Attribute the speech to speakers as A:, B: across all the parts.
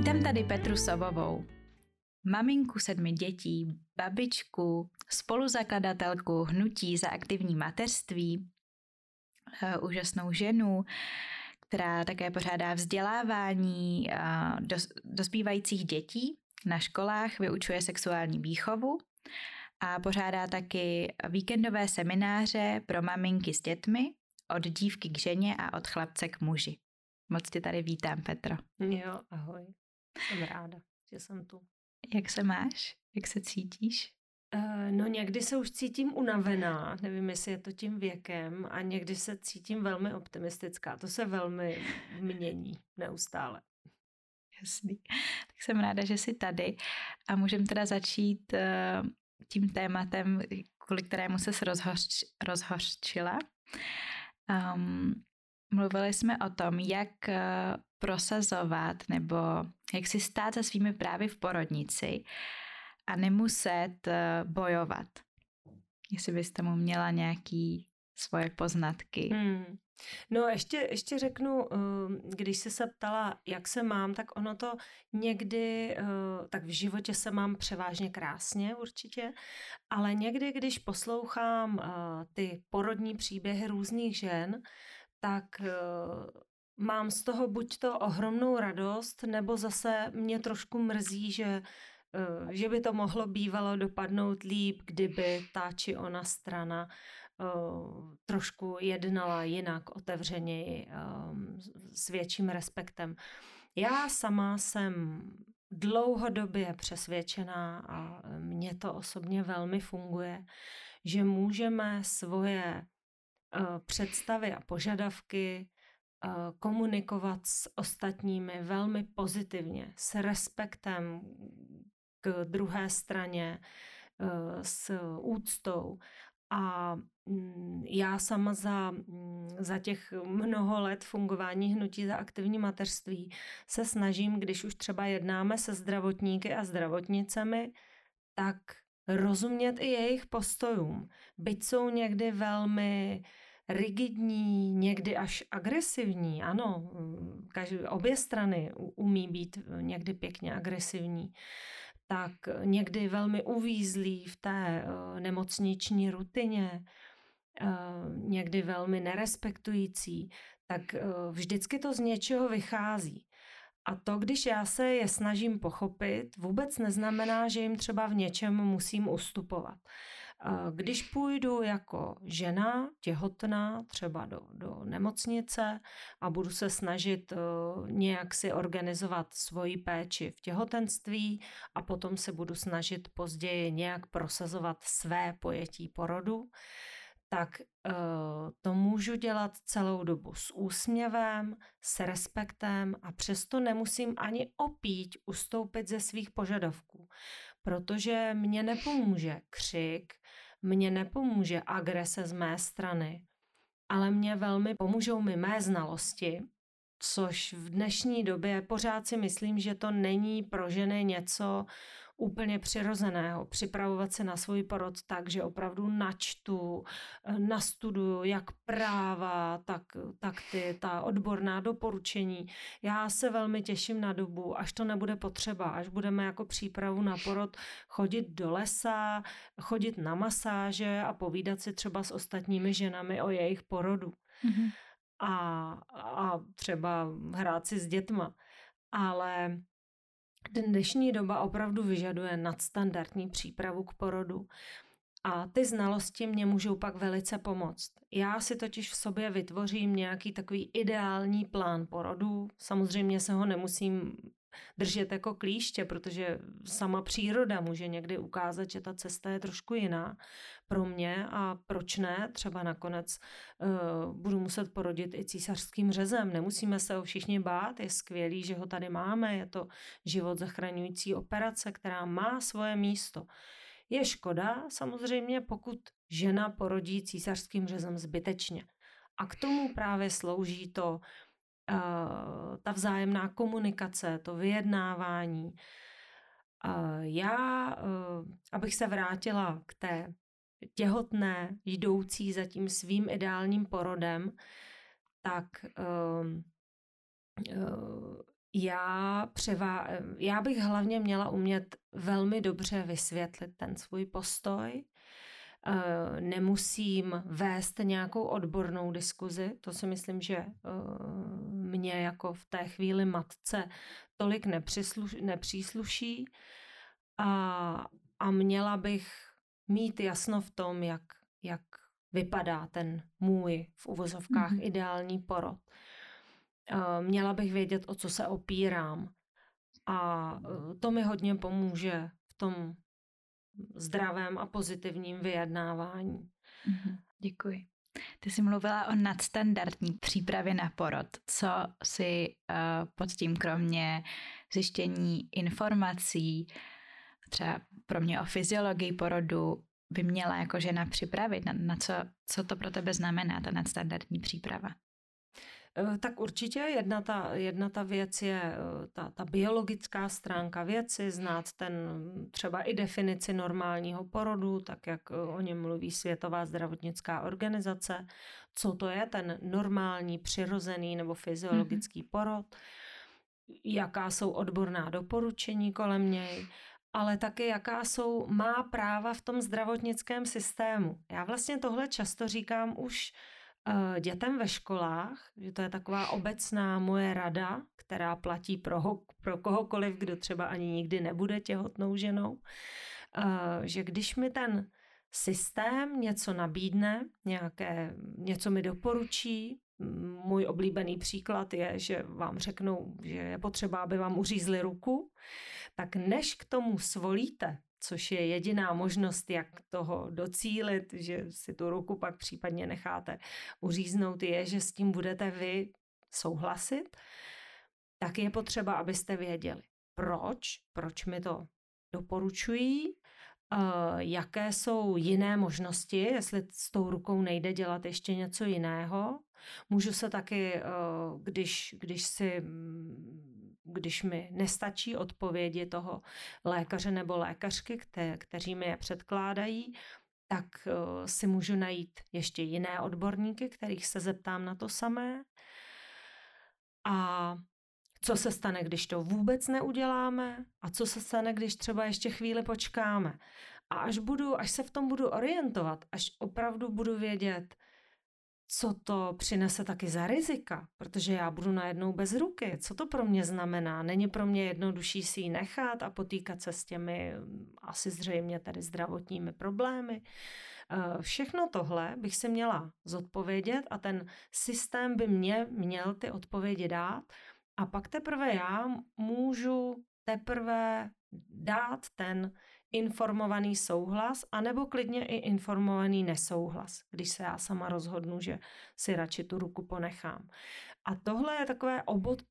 A: Vítám tady Petru Sobovou, maminku 7 dětí, babičku, spoluzakladatelku Hnutí za aktivní mateřství, úžasnou ženu, která také pořádá vzdělávání dospívajících dětí na školách, vyučuje sexuální výchovu a pořádá taky víkendové semináře pro maminky s dětmi, od dívky k ženě a od chlapce k muži. Moc tě tady vítám, Petro.
B: Jo, ahoj. Jsem ráda, že jsem tu.
A: Jak se máš? Jak se cítíš?
B: No někdy se už cítím unavená, nevím, jestli je to tím věkem, a někdy se cítím velmi optimistická. To se velmi mění neustále.
A: Jasný. Tak jsem ráda, že jsi tady a můžeme teda začít tím tématem, kvůli kterému ses rozhořčila. Mluvili jsme o tom, jak prosazovat nebo jak si stát za svými právy v porodnici a nemuset bojovat. Jestli bys tomu měla nějaký svoje poznatky.
B: No ještě řeknu, když jsi se ptala, jak se mám, tak ono to někdy, tak v životě se mám převážně krásně určitě, ale někdy, když poslouchám ty porodní příběhy různých žen, tak mám z toho buď to ohromnou radost, nebo zase mě trošku mrzí, že by to mohlo bývalo dopadnout líp, kdyby ta či ona strana trošku jednala jinak, otevřeněji, s větším respektem. Já sama jsem dlouhodobě přesvědčená a mně to osobně velmi funguje, že můžeme svoje představy a požadavky komunikovat s ostatními velmi pozitivně, s respektem k druhé straně, s úctou. A já sama za těch mnoho let fungování Hnutí za aktivní mateřství se snažím, když už třeba jednáme se zdravotníky a zdravotnicemi, tak rozumět i jejich postojům. Byť jsou někdy velmi rigidní, někdy až agresivní. Ano, obě strany umí být někdy pěkně agresivní. Tak někdy velmi uvízlí v té nemocniční rutině, někdy velmi nerespektující, tak vždycky to z něčeho vychází. A to, když já se je snažím pochopit, vůbec neznamená, že jim třeba v něčem musím ustupovat. Když půjdu jako žena těhotná třeba do nemocnice a budu se snažit nějak si organizovat svoji péči v těhotenství a potom se budu snažit později nějak prosazovat své pojetí porodu, tak to můžu dělat celou dobu s úsměvem, s respektem a přesto nemusím ani opíť ustoupit ze svých požadavků, protože mě nepomůže křik, mě nepomůže agrese z mé strany, ale mě velmi pomůžou mi mé znalosti, což v dnešní době pořád si myslím, že to není pro ženy něco úplně přirozeného. Připravovat se na svůj porod tak, že opravdu načtu, nastuduju jak práva, tak ta odborná doporučení. Já se velmi těším na dobu, až to nebude potřeba, až budeme jako přípravu na porod chodit do lesa, chodit na masáže a povídat si třeba s ostatními ženami o jejich porodu. Mm-hmm. A třeba hrát si s dětma. Ale dnešní doba opravdu vyžaduje nadstandardní přípravu k porodu a ty znalosti mě můžou pak velice pomoct. Já si totiž v sobě vytvořím nějaký takový ideální plán porodu. Samozřejmě se ho nemusím držet jako klíště, protože sama příroda může někdy ukázat, že ta cesta je trošku jiná pro mě a proč ne, třeba nakonec budu muset porodit i císařským řezem. Nemusíme se ho všichni bát, je skvělý, že ho tady máme, je to život zachraňující operace, která má svoje místo. Je škoda samozřejmě, pokud žena porodí císařským řezem zbytečně. A k tomu právě slouží ta vzájemná komunikace, to vyjednávání. Já, abych se vrátila k té těhotné, jdoucí za tím svým ideálním porodem, tak Já bych hlavně měla umět velmi dobře vysvětlit ten svůj postoj. Nemusím vést nějakou odbornou diskuzi, to si myslím, že mě jako v té chvíli matce tolik nepřísluší a měla bych mít jasno v tom, jak vypadá ten můj v uvozovkách ideální porod. Měla bych vědět, o co se opírám a to mi hodně pomůže v tom zdravém a pozitivním vyjednávání.
A: Děkuji. Ty jsi mluvila o nadstandardní přípravě na porod. Co si pod tím kromě zjištění informací, třeba pro mě o fyziologii porodu, by měla jako žena připravit? Na co to pro tebe znamená, ta nadstandardní příprava?
B: Tak určitě jedna ta věc je ta biologická stránka věci, znát třeba i definici normálního porodu, tak jak o něm mluví Světová zdravotnická organizace, co to je ten normální, přirozený nebo fyziologický porod, jaká jsou odborná doporučení kolem něj, ale taky jaká jsou má práva v tom zdravotnickém systému. Já vlastně tohle často říkám už dětem ve školách, že to je taková obecná moje rada, která platí pro kohokoliv, kdo třeba ani nikdy nebude těhotnou ženou, že když mi ten systém něco nabídne, něco mi doporučí, můj oblíbený příklad je, že vám řeknou, že je potřeba, aby vám uřízli ruku, tak než k tomu svolíte, což je jediná možnost, jak toho docílit, že si tu ruku pak případně necháte uříznout, je, že s tím budete vy souhlasit, tak je potřeba, abyste věděli, proč mi to doporučují, jaké jsou jiné možnosti, jestli s tou rukou nejde dělat ještě něco jiného. Můžu se taky, když mi nestačí odpovědi toho lékaře nebo lékařky, kteří mi je předkládají, tak si můžu najít ještě jiné odborníky, kterých se zeptám na to samé. A co se stane, když to vůbec neuděláme? A co se stane, když třeba ještě chvíli počkáme? A až se v tom budu orientovat, až opravdu budu vědět, co to přinese taky za rizika, protože já budu najednou bez ruky. Co to pro mě znamená? Není pro mě jednodušší si ji nechat a potýkat se s těmi asi zřejmě tady zdravotními problémy? Všechno tohle bych si měla zodpovědět a ten systém by mě měl ty odpovědi dát a pak teprve já můžu dát ten informovaný souhlas, anebo klidně i informovaný nesouhlas, když se já sama rozhodnu, že si radši tu ruku ponechám. A tohle je takové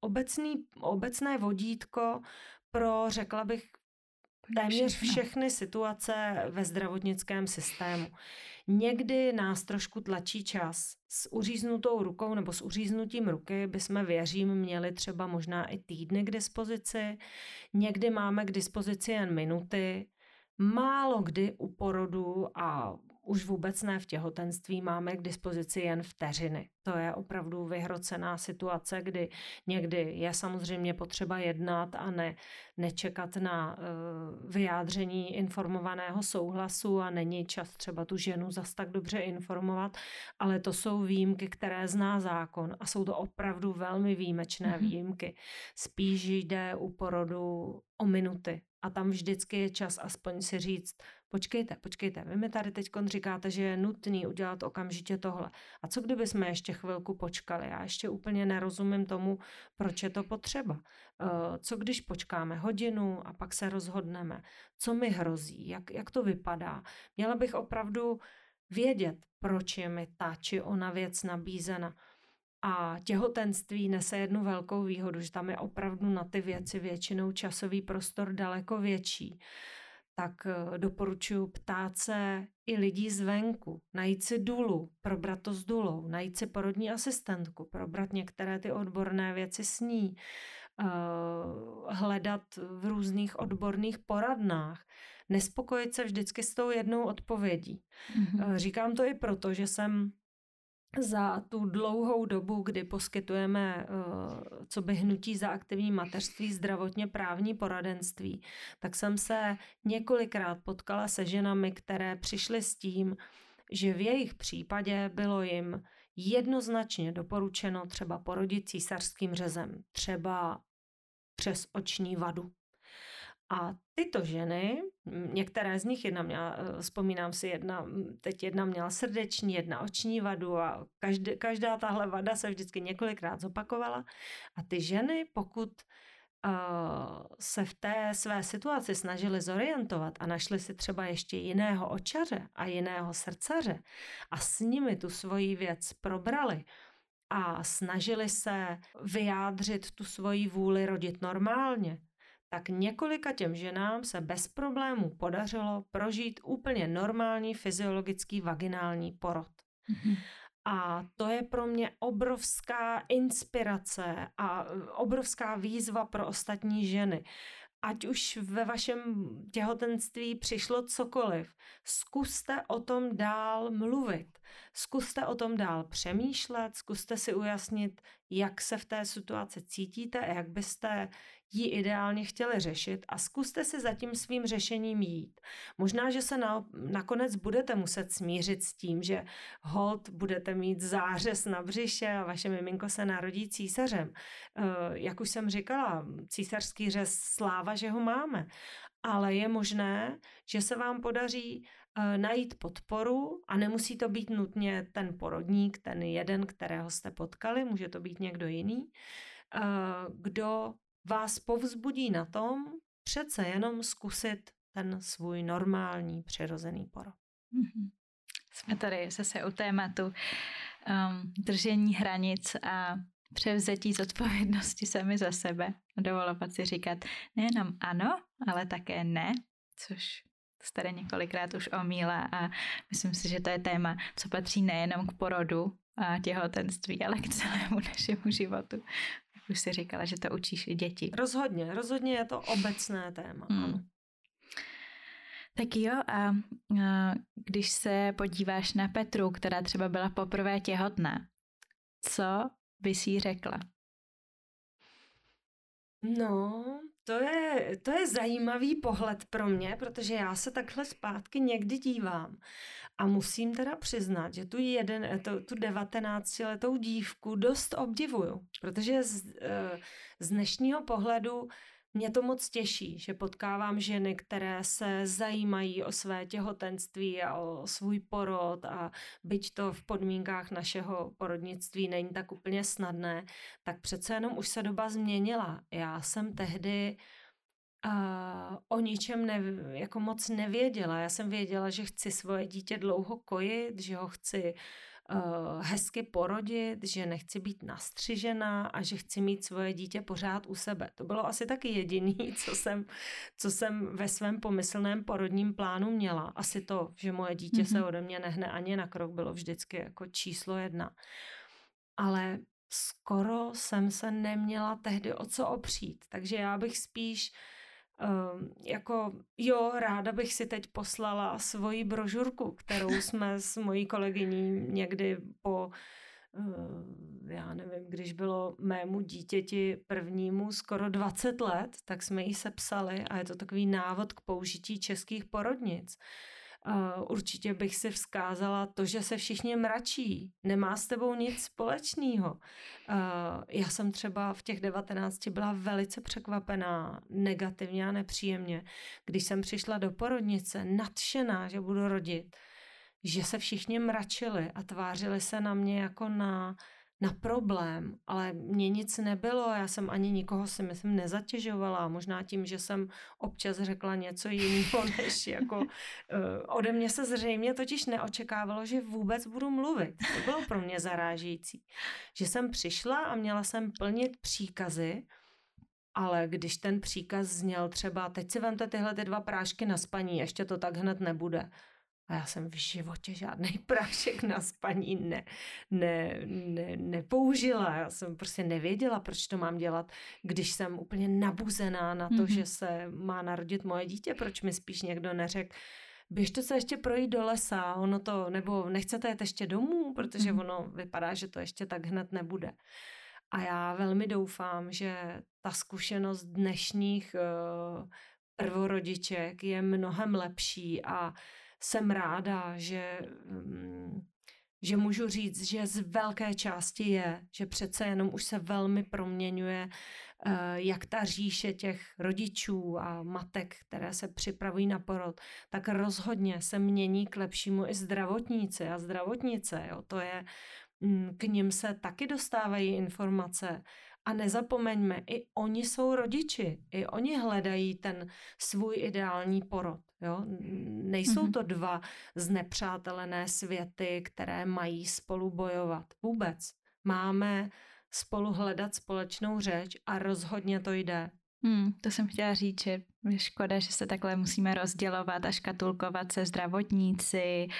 B: obecné vodítko pro, řekla bych, téměř všechny situace ve zdravotnickém systému. Někdy nás trošku tlačí čas. S uříznutou rukou nebo s uříznutím ruky bychom, věřím, měli třeba možná i týdny k dispozici. Někdy máme k dispozici jen minuty. Málo kdy u porodu a už vůbec ne v těhotenství máme k dispozici jen vteřiny. To je opravdu vyhrocená situace, kdy někdy je samozřejmě potřeba jednat a nečekat na vyjádření informovaného souhlasu a není čas třeba tu ženu zas tak dobře informovat, ale to jsou výjimky, které zná zákon a jsou to opravdu velmi výjimečné výjimky. Spíš jde u porodu o minuty a tam vždycky je čas aspoň si říct, počkejte, vy mi tady teď říkáte, že je nutný udělat okamžitě tohle. A co kdyby jsme ještě chvilku počkali? Já ještě úplně nerozumím tomu, proč je to potřeba. Co když počkáme hodinu a pak se rozhodneme? Co mi hrozí? Jak to vypadá? Měla bych opravdu vědět, proč je mi ta či ona věc nabízena. A těhotenství nese jednu velkou výhodu, že tam je opravdu na ty věci většinou časový prostor daleko větší. Tak doporučuji ptát se i lidí zvenku, najít si dulu, probrat to s dulou, najít si porodní asistentku, probrat některé ty odborné věci s ní, hledat v různých odborných poradnách, nespokojit se vždycky s tou jednou odpovědí. Říkám to i proto, že jsem za tu dlouhou dobu, kdy poskytujeme co by hnutí za aktivní mateřství zdravotně právní poradenství, tak jsem se několikrát potkala se ženami, které přišly s tím, že v jejich případě bylo jim jednoznačně doporučeno třeba porodit císařským řezem, třeba přes oční vadu. A tyto ženy, některé z nich, vzpomínám si, jedna měla srdeční, jedna oční vadu a každá tahle vada se vždycky několikrát zopakovala. A ty ženy, pokud se v té své situaci snažili zorientovat a našli si třeba ještě jiného očaře a jiného srdcaře a s nimi tu svoji věc probrali a snažili se vyjádřit tu svoji vůli rodit normálně, tak několika těm ženám se bez problémů podařilo prožít úplně normální fyziologický vaginální porod. Mm-hmm. A to je pro mě obrovská inspirace a obrovská výzva pro ostatní ženy. Ať už ve vašem těhotenství přišlo cokoliv, zkuste o tom dál mluvit, zkuste o tom dál přemýšlet, zkuste si ujasnit, jak se v té situaci cítíte a jak byste ji ideálně chtěli řešit a zkuste si za tím svým řešením jít. Možná, že se nakonec budete muset smířit s tím, že holt budete mít zářez na břiše a vaše miminko se narodí císařem. Jak už jsem říkala, císařský řez sláva, že ho máme. Ale je možné, že se vám podaří najít podporu a nemusí to být nutně ten porodník, ten jeden, kterého jste potkali, může to být někdo jiný, kdo vás povzbudí na tom přece jenom zkusit ten svůj normální přirozený porod.
A: Mm-hmm. Jsme tady zase u tématu držení hranic a převzetí zodpovědnosti sami za sebe. Dovolovat si říkat nejenom ano, ale také ne, což tady několikrát už omílá a myslím si, že to je téma, co patří nejenom k porodu a těhotenství, ale k celému našemu životu. Už si říkala, že to učíš i děti.
B: Rozhodně je to obecné téma, ano.
A: Tak jo, a když se podíváš na Petru, která třeba byla poprvé těhotná, co bys jí řekla?
B: No, to je zajímavý pohled pro mě, protože já se takhle zpátky někdy dívám a musím teda přiznat, že tu 19letou dívku dost obdivuju, protože z dnešního pohledu mě to moc těší, že potkávám ženy, které se zajímají o své těhotenství a o svůj porod a byť to v podmínkách našeho porodnictví není tak úplně snadné, tak přece jenom už se doba změnila. Já jsem tehdy o ničem jako moc nevěděla. Já jsem věděla, že chci svoje dítě dlouho kojit, že ho chci hezky porodit, že nechci být nastřižená a že chci mít svoje dítě pořád u sebe. To bylo asi taky jediný, co jsem ve svém pomyslném porodním plánu měla. Asi to, že moje dítě se ode mě nehne ani na krok, bylo vždycky jako číslo 1. Ale skoro jsem se neměla tehdy o co opřít. Takže já bych spíš ráda bych si teď poslala svoji brožurku, kterou jsme s mojí kolegyní někdy po, já nevím, když bylo mému dítěti prvnímu skoro 20 let, tak jsme ji sepsali a je to takový návod k použití českých porodnic. Určitě bych si vzkázala to, že se všichni mračí, nemá s tebou nic společného. Já jsem třeba v těch 19 byla velice překvapená, negativně a nepříjemně, když jsem přišla do porodnice nadšená, že budu rodit, že se všichni mračili a tvářili se na mě jako na problém, ale mně nic nebylo, já jsem ani nikoho si myslím nezatěžovala, možná tím, že jsem občas řekla něco jiného, než jako ode mě se zřejmě totiž neočekávalo, že vůbec budu mluvit. To bylo pro mě zarážející, že jsem přišla a měla jsem plnit příkazy, ale když ten příkaz zněl třeba, teď si vemte tyhle 2 prášky na spaní, ještě to tak hned nebude. A já jsem v životě žádný prášek na spaní nepoužila. Já jsem prostě nevěděla, proč to mám dělat, když jsem úplně nabuzená na to, že se má narodit moje dítě. Proč mi spíš někdo neřekl, běžte se ještě projít do lesa, ono to, nebo nechcete jet ještě domů, protože ono vypadá, že to ještě tak hned nebude. A já velmi doufám, že ta zkušenost dnešních prvorodiček je mnohem lepší a jsem ráda, že můžu říct, že z velké části je, že přece jenom už se velmi proměňuje jak ta říše těch rodičů a matek, které se připravují na porod, tak rozhodně se mění k lepšímu i zdravotníci a zdravotnice. Jo, to je, k nim se taky dostávají informace. A nezapomeňme, i oni jsou rodiči, i oni hledají ten svůj ideální porod. Jo? Nejsou to dva znepřátelené světy, které mají spolu bojovat. Vůbec. Máme spolu hledat společnou řeč a rozhodně to jde.
A: To jsem chtěla říct, že je škoda, že se takhle musíme rozdělovat a škatulkovat se zdravotníci,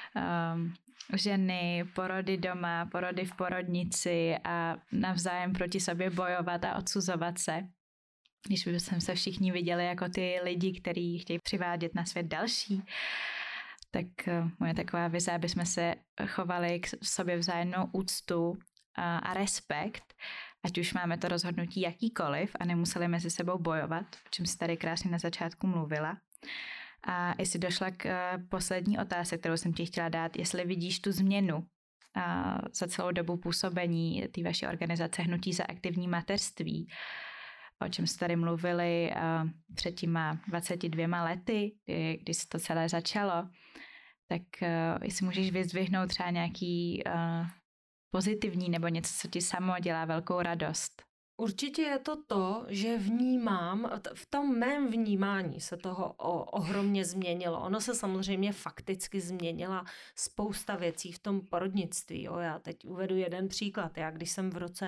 A: ženy, porody doma, porody v porodnici a navzájem proti sobě bojovat a odsuzovat se. Když bychom se všichni viděli jako ty lidi, kteří chtějí přivádět na svět další, tak moje taková vize, aby jsme se chovali k sobě vzájemnou úctu a respekt, ať už máme to rozhodnutí jakýkoliv a nemuseli mezi sebou bojovat, o čem jsi tady krásně na začátku mluvila. A jestli došla k poslední otázce, kterou jsem ti chtěla dát, jestli vidíš tu změnu za celou dobu působení té vaší organizace Hnutí za aktivní mateřství, o čem jste tady mluvili před těma 22 lety, kdy se to celé začalo, tak jestli můžeš vyzdvihnout třeba nějaký pozitivní nebo něco, co ti samo dělá velkou radost.
B: Určitě je to, že vnímám, v tom mém vnímání se toho ohromně změnilo. Ono se samozřejmě fakticky změnila spousta věcí v tom porodnictví. Já teď uvedu jeden příklad. Já když jsem v roce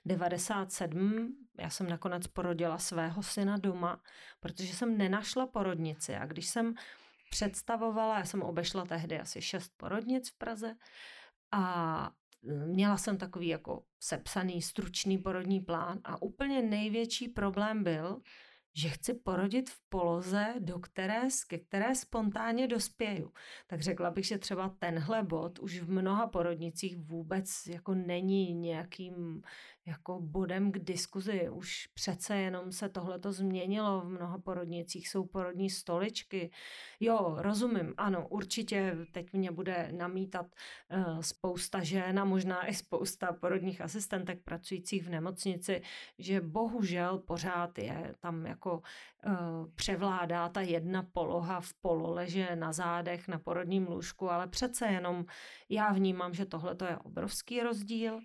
B: 1997, já jsem nakonec porodila svého syna doma, protože jsem nenašla porodnici. A když jsem představovala, já jsem obešla tehdy asi 6 porodnic v Praze a měla jsem takový jako sepsaný stručný porodní plán a úplně největší problém byl, že chci porodit v poloze, ke které spontánně dospěju. Tak řekla bych, že třeba tenhle bod už v mnoha porodnicích vůbec jako není nějakým jako bodem k diskuzi. Už přece jenom se tohleto změnilo. V mnoha porodnicích jsou porodní stoličky. Jo, rozumím, ano, určitě teď mě bude namítat spousta žen a možná i spousta porodních asistentek pracujících v nemocnici, že bohužel pořád je tam jako převládá ta jedna poloha v pololeže na zádech na porodním lůžku, ale přece jenom já vnímám, že tohle je obrovský rozdíl.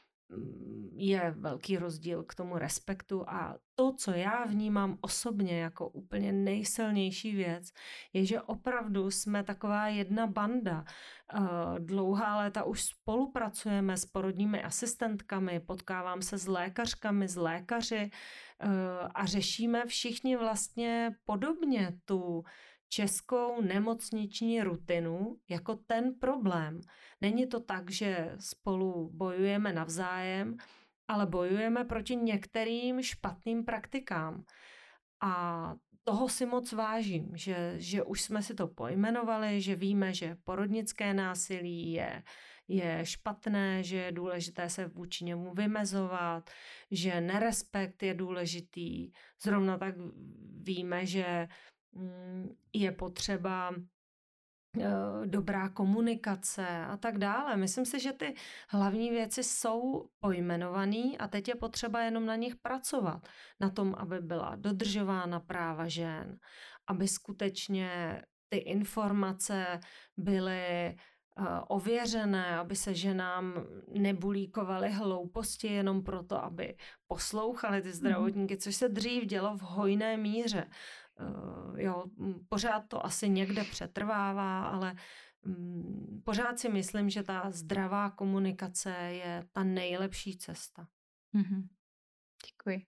B: Je velký rozdíl k tomu respektu a to, co já vnímám osobně jako úplně nejsilnější věc, je, že opravdu jsme taková jedna banda. Dlouhá léta už spolupracujeme s porodními asistentkami, potkávám se s lékařkami, s lékaři a řešíme všichni vlastně podobně tu českou nemocniční rutinu jako ten problém. Není to tak, že spolu bojujeme navzájem, ale bojujeme proti některým špatným praktikám. A toho si moc vážím, že už jsme si to pojmenovali, že víme, že porodnické násilí je špatné, že je důležité se vůči němu vymezovat, že nerespekt je důležitý. Zrovna tak víme, že je potřeba dobrá komunikace a tak dále. Myslím si, že ty hlavní věci jsou pojmenovaný a teď je potřeba jenom na nich pracovat. Na tom, aby byla dodržována práva žen, aby skutečně ty informace byly ověřené, aby se ženám nebulíkovaly hlouposti jenom proto, aby poslouchali ty zdravotníky, což se dřív dělo v hojné míře. Jo, pořád to asi někde přetrvává, ale pořád si myslím, že ta zdravá komunikace je ta nejlepší cesta.
A: Děkuji.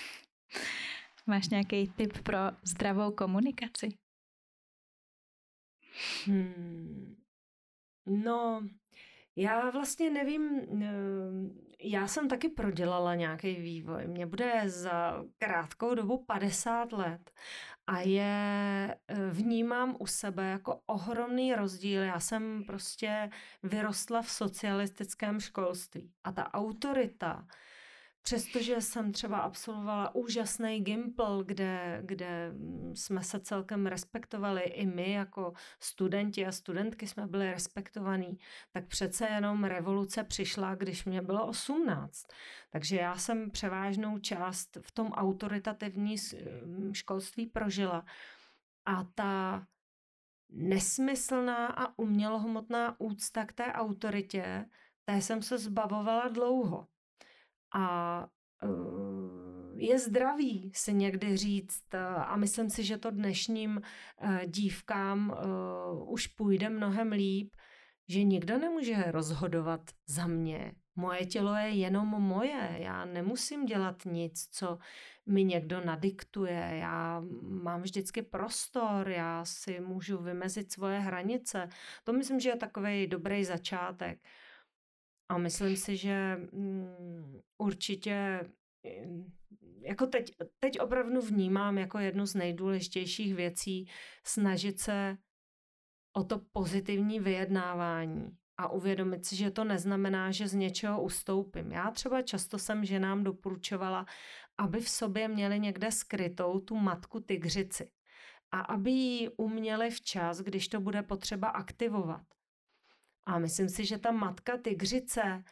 A: Máš nějaký tip pro zdravou komunikaci?
B: No, Já vlastně nevím, já jsem taky prodělala nějaký vývoj. Mně bude za krátkou dobu 50 let a vnímám u sebe jako ohromný rozdíl. Já jsem prostě vyrostla v socialistickém školství a ta autorita, přestože jsem třeba absolvovala úžasný Gimpl, kde jsme se celkem respektovali, i my jako studenti a studentky jsme byli respektovaní, tak přece jenom revoluce přišla, když mě bylo 18. Takže já jsem převážnou část v tom autoritativní školství prožila. A ta nesmyslná a umělohmotná úcta k té autoritě, té jsem se zbavovala dlouho. A je zdravý si někdy říct, a myslím si, že to dnešním dívkám už půjde mnohem líp, že nikdo nemůže rozhodovat za mě. Moje tělo je jenom moje. Já nemusím dělat nic, co mi někdo nadiktuje. Já mám vždycky prostor, já si můžu vymezit svoje hranice. To myslím, že je takový dobrý začátek. A myslím si, že určitě jako teď opravdu vnímám jako jednu z nejdůležitějších věcí snažit se o to pozitivní vyjednávání a uvědomit si, že to neznamená, že z něčeho ustoupím. Já třeba často jsem ženám doporučovala, aby v sobě měli někde skrytou tu matku tygřici a aby ji uměli včas, když to bude potřeba aktivovat. A myslím si, že ta matka tygřice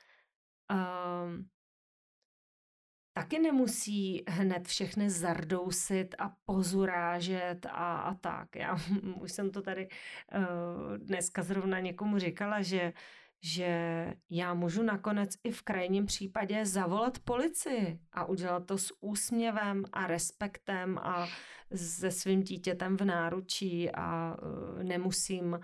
B: taky nemusí hned všechny zardousit a pozurážet a tak. Já už jsem to tady dneska zrovna někomu říkala, že já můžu nakonec i v krajním případě zavolat policii a udělat to s úsměvem a respektem a se svým dítětem v náručí a nemusím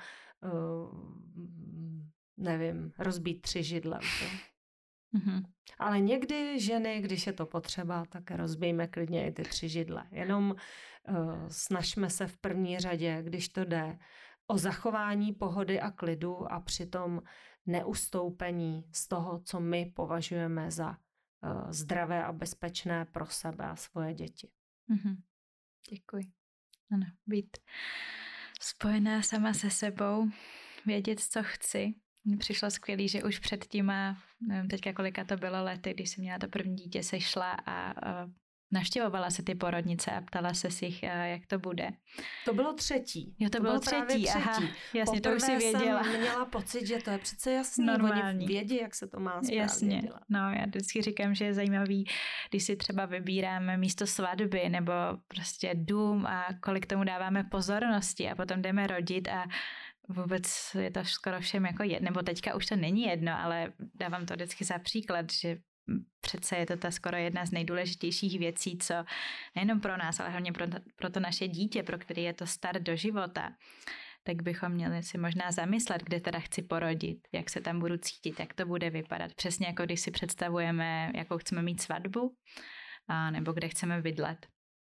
B: nevím, rozbít 3 židle. Mm-hmm. Ale někdy ženy, když je to potřeba, tak rozbijme klidně i ty 3 židle. Jenom snažme se v první řadě, když to jde, o zachování pohody a klidu a přitom neustoupení z toho, co my považujeme za zdravé a bezpečné pro sebe a svoje děti.
A: Mm-hmm. Děkuji. Ano, být spojená sama se sebou, vědět, co chci. Mně přišlo skvělý, že už před těma, nevím teďka kolika to bylo lety, když jsem měla to první dítě, sešla a navštěvovala se ty porodnice a ptala se jich, jak to bude.
B: To bylo 3.
A: Jo, to bylo třetí. Aha, jasně, to už si věděla.
B: Jsem měla pocit, že to je přece jasný. Normální. Oni vědí, jak se to má správně
A: jasně.
B: dělat.
A: No, já vždycky říkám, že je zajímavý, když si třeba vybíráme místo svatby nebo prostě dům a kolik tomu dáváme pozornosti a potom jdeme rodit a vůbec je to skoro všem jako jedno, nebo teďka už to není jedno, ale dávám to vždycky za příklad, že přece je to ta skoro jedna z nejdůležitějších věcí, co nejenom pro nás, ale hlavně pro to naše dítě, pro který je to start do života, tak bychom měli si možná zamyslet, kde teda chci porodit, jak se tam budu cítit, jak to bude vypadat. Přesně jako když si představujeme, jakou chceme mít svatbu, nebo kde chceme bydlet.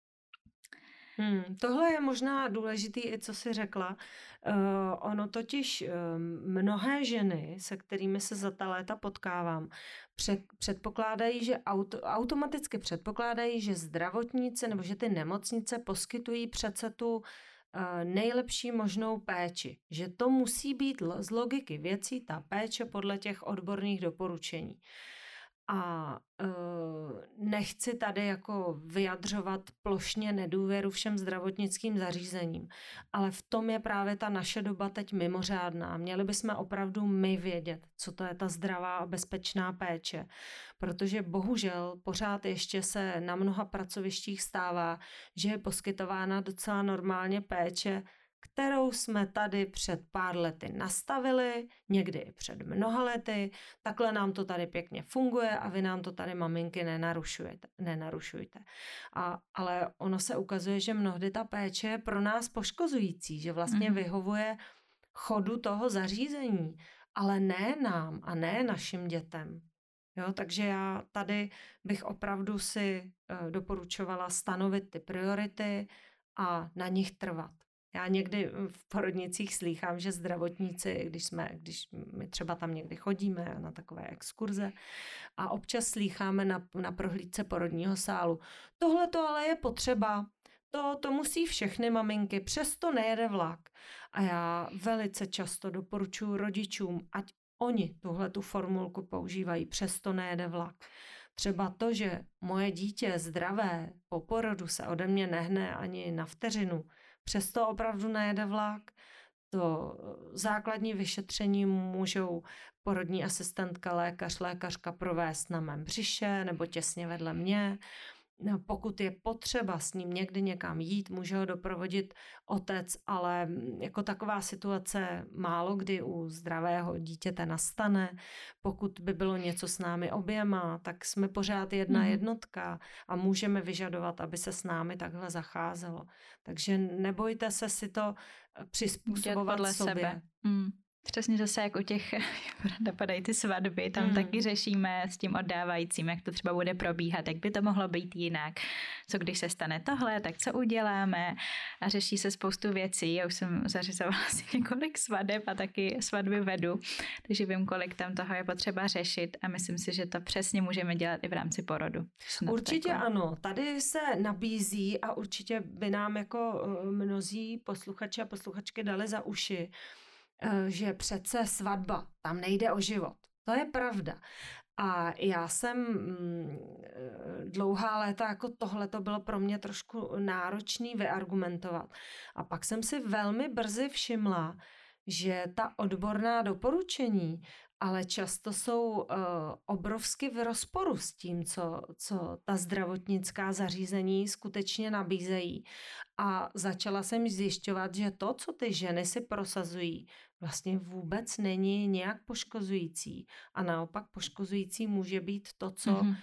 B: Tohle je možná důležitý i co jsi řekla. Ono totiž mnohé ženy, se kterými se za ta léta potkávám, předpokládají, že automaticky předpokládají, že zdravotníci nebo že ty nemocnice poskytují přece tu nejlepší možnou péči. Že to musí být z logiky věcí ta péče podle těch odborných doporučení. A nechci tady jako vyjadřovat plošně nedůvěru všem zdravotnickým zařízením, ale v tom je právě ta naše doba teď mimořádná. Měli bychom opravdu my vědět, co to je ta zdravá a bezpečná péče, protože bohužel pořád ještě se na mnoha pracovištích stává, že je poskytována docela normálně péče, kterou jsme tady před pár lety nastavili, někdy i před mnoha lety, takhle nám to tady pěkně funguje a vy nám to tady, maminky, nenarušujte. Ale ono se ukazuje, že mnohdy ta péče je pro nás poškozující, že vlastně vyhovuje chodu toho zařízení, ale ne nám a ne našim dětem. Jo, takže já tady bych opravdu si doporučovala stanovit ty priority a na nich trvat. Já někdy v porodnicích slýchám, že zdravotníci, když my třeba tam někdy chodíme na takové exkurze a občas slýcháme na prohlídce porodního sálu, tohle to ale je potřeba, to musí všechny maminky, přesto nejede vlak. A já velice často doporučuji rodičům, ať oni tu formulku používají, přesto nejede vlak. Třeba to, že moje dítě zdravé po porodu se ode mě nehne ani na vteřinu, přesto opravdu nejede vlak. To základní vyšetření můžou porodní asistentka, lékařka provést na mém břiše nebo těsně vedle mě. Pokud je potřeba s ním někdy někam jít, může ho doprovodit otec, ale jako taková situace málo kdy u zdravého dítěte nastane. Pokud by bylo něco s námi oběma, tak jsme pořád jedna jednotka a můžeme vyžadovat, aby se s námi takhle zacházelo. Takže nebojte se si to přizpůsobovat
A: podle
B: sobě.
A: Sebe. Přesně zase jak u těch, napadají ty svatby, tam taky řešíme s tím oddávajícím, jak to třeba bude probíhat, jak by to mohlo být jinak. Co když se stane tohle, tak co uděláme? A řeší se spoustu věcí. Já už jsem zařizovala asi několik svadeb a taky svatby vedu, takže vím, kolik tam toho je potřeba řešit a myslím si, že to přesně můžeme dělat i v rámci porodu.
B: Určitě ano. Tady se nabízí a určitě by nám jako mnozí posluchači a posluchačky dali za uši, že přece svatba, tam nejde o život. To je pravda. A já jsem dlouhá léta jako tohle to bylo pro mě trošku náročný vyargumentovat. A pak jsem si velmi brzy všimla, že ta odborná doporučení ale často jsou obrovsky v rozporu s tím, co ta zdravotnická zařízení skutečně nabízejí. A začala jsem zjišťovat, že to, co ty ženy si prosazují, vlastně vůbec není nějak poškozující. A naopak poškozující může být to,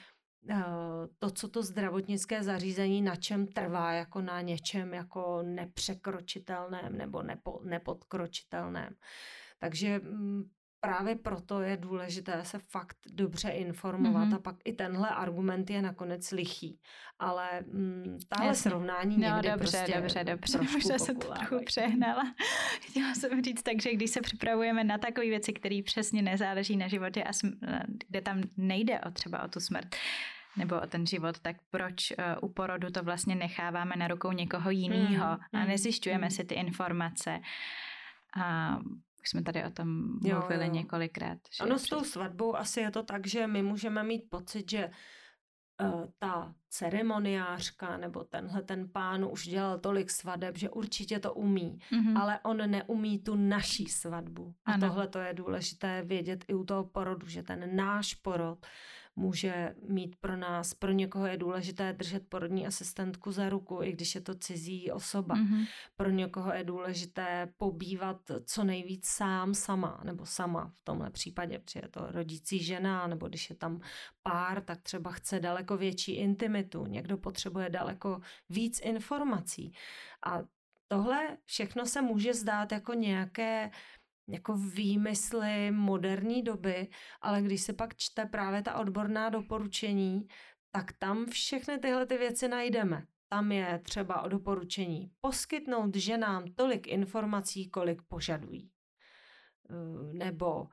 B: co to zdravotnické zařízení na čem trvá, jako na něčem jako nepřekročitelném nebo nepodkročitelném. Takže právě proto je důležité se fakt dobře informovat a pak i tenhle argument je nakonec lichý. Ale tahle srovnání někdy
A: dobře. Možná jsem to trochu přehnala. Chtěla jsem říct tak, že když se připravujeme na takové věci, které přesně nezáleží na životě a kde tam nejde třeba o tu smrt nebo o ten život, tak proč u porodu to vlastně necháváme na rukou někoho jiného a nezjišťujeme si ty informace. A už jsme tady o tom mluvili několikrát.
B: Ano, s tou svatbou asi je to tak, že my můžeme mít pocit, že ta ceremoniářka nebo ten pán už dělal tolik svadeb, že určitě to umí, ale on neumí tu naší svatbu. A tohle to je důležité vědět i u toho porodu, že ten náš porod může mít pro někoho je důležité držet porodní asistentku za ruku, i když je to cizí osoba. Pro někoho je důležité pobývat co nejvíc sama v tomhle případě, protože je to rodící žena, nebo když je tam pár, tak třeba chce daleko větší intimitu, někdo potřebuje daleko víc informací. A tohle všechno se může zdát jako nějaké jako výmysly moderní doby, ale když se pak čte právě ta odborná doporučení, tak tam všechny tyhle ty věci najdeme. Tam je třeba o doporučení poskytnout ženám tolik informací, kolik požadují. Nebo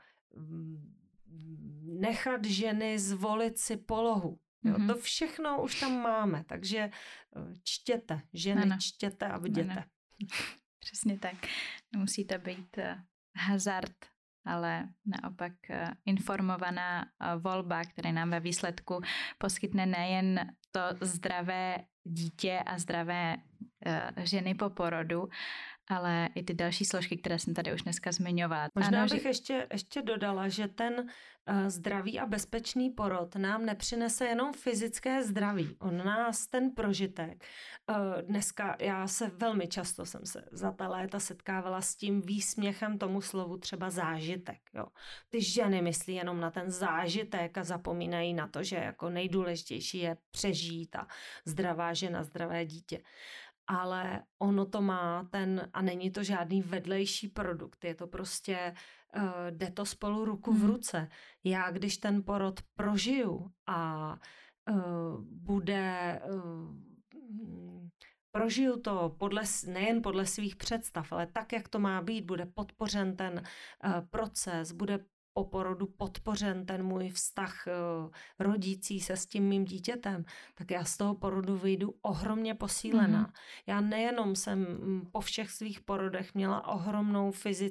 B: nechat ženy zvolit si polohu. Jo, to všechno už tam máme, takže čtěte, ženy, čtěte a viděte.
A: Přesně tak. Nemusí to být hazard, ale naopak informovaná volba, která nám ve výsledku poskytne nejen to zdravé dítě a zdravé ženy po porodu, ale i ty další složky, které jsem tady už dneska zmiňovala.
B: Možná bych ještě dodala, že ten zdravý a bezpečný porod nám nepřinese jenom fyzické zdraví. On nás ten prožitek. Dneska velmi často jsem se za ta léta setkávala s tím výsměchem tomu slovu třeba zážitek. Jo. Ty ženy myslí jenom na ten zážitek a zapomínají na to, že jako nejdůležitější je přežít a zdravá žena, zdravé dítě. Ale ono to má a není to žádný vedlejší produkt, je to prostě, jde to spolu ruku v ruce. Já, když ten porod prožiju a bude prožiju to nejen podle svých představ, ale tak, jak to má být, bude podpořen ten proces, bude po porodu podpořen ten můj vztah rodící se s tím mým dítětem, tak já z toho porodu vyjdu ohromně posílená. Já nejenom jsem po všech svých porodech měla ohromnou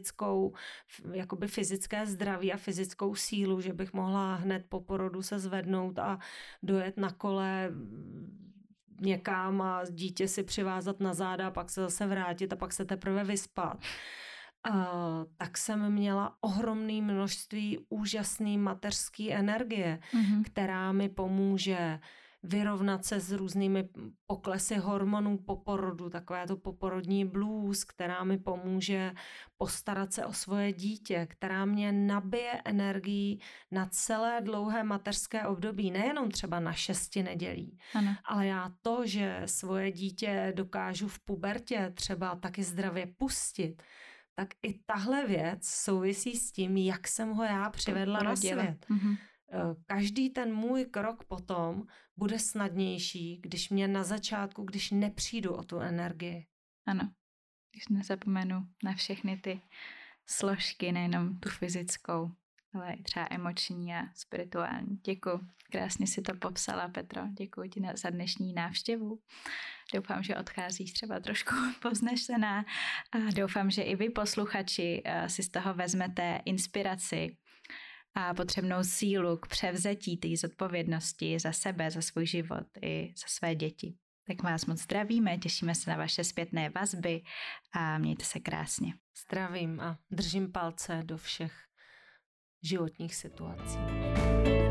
B: fyzické zdraví a fyzickou sílu, že bych mohla hned po porodu se zvednout a dojet na kole někam a dítě si přivázat na záda, pak se zase vrátit a pak se teprve vyspat. Tak jsem měla ohromné množství úžasné mateřské energie, která mi pomůže vyrovnat se s různými poklesy hormonů po porodu, takové to poporodní blues, která mi pomůže postarat se o svoje dítě, která mě nabije energií na celé dlouhé mateřské období, nejenom třeba na 6 nedělí, ale já to, že svoje dítě dokážu v pubertě třeba taky zdravě pustit, tak i tahle věc souvisí s tím, jak jsem ho já přivedla na svět. Každý ten můj krok potom bude snadnější, když mě na začátku, když nepřijdu o tu energii.
A: Ano, když nezapomenu na všechny ty složky, nejenom tu fyzickou, ale i třeba emoční a spirituální. Děkuji. Krásně si to popsala, Petro. Děkuji ti za dnešní návštěvu. Doufám, že odcházíš třeba trošku povznešená a doufám, že i vy, posluchači, si z toho vezmete inspiraci a potřebnou sílu k převzetí té zodpovědnosti za sebe, za svůj život i za své děti. Tak vás moc zdravíme, těšíme se na vaše zpětné vazby a mějte se krásně.
B: Zdravím a držím palce do všech životních situací.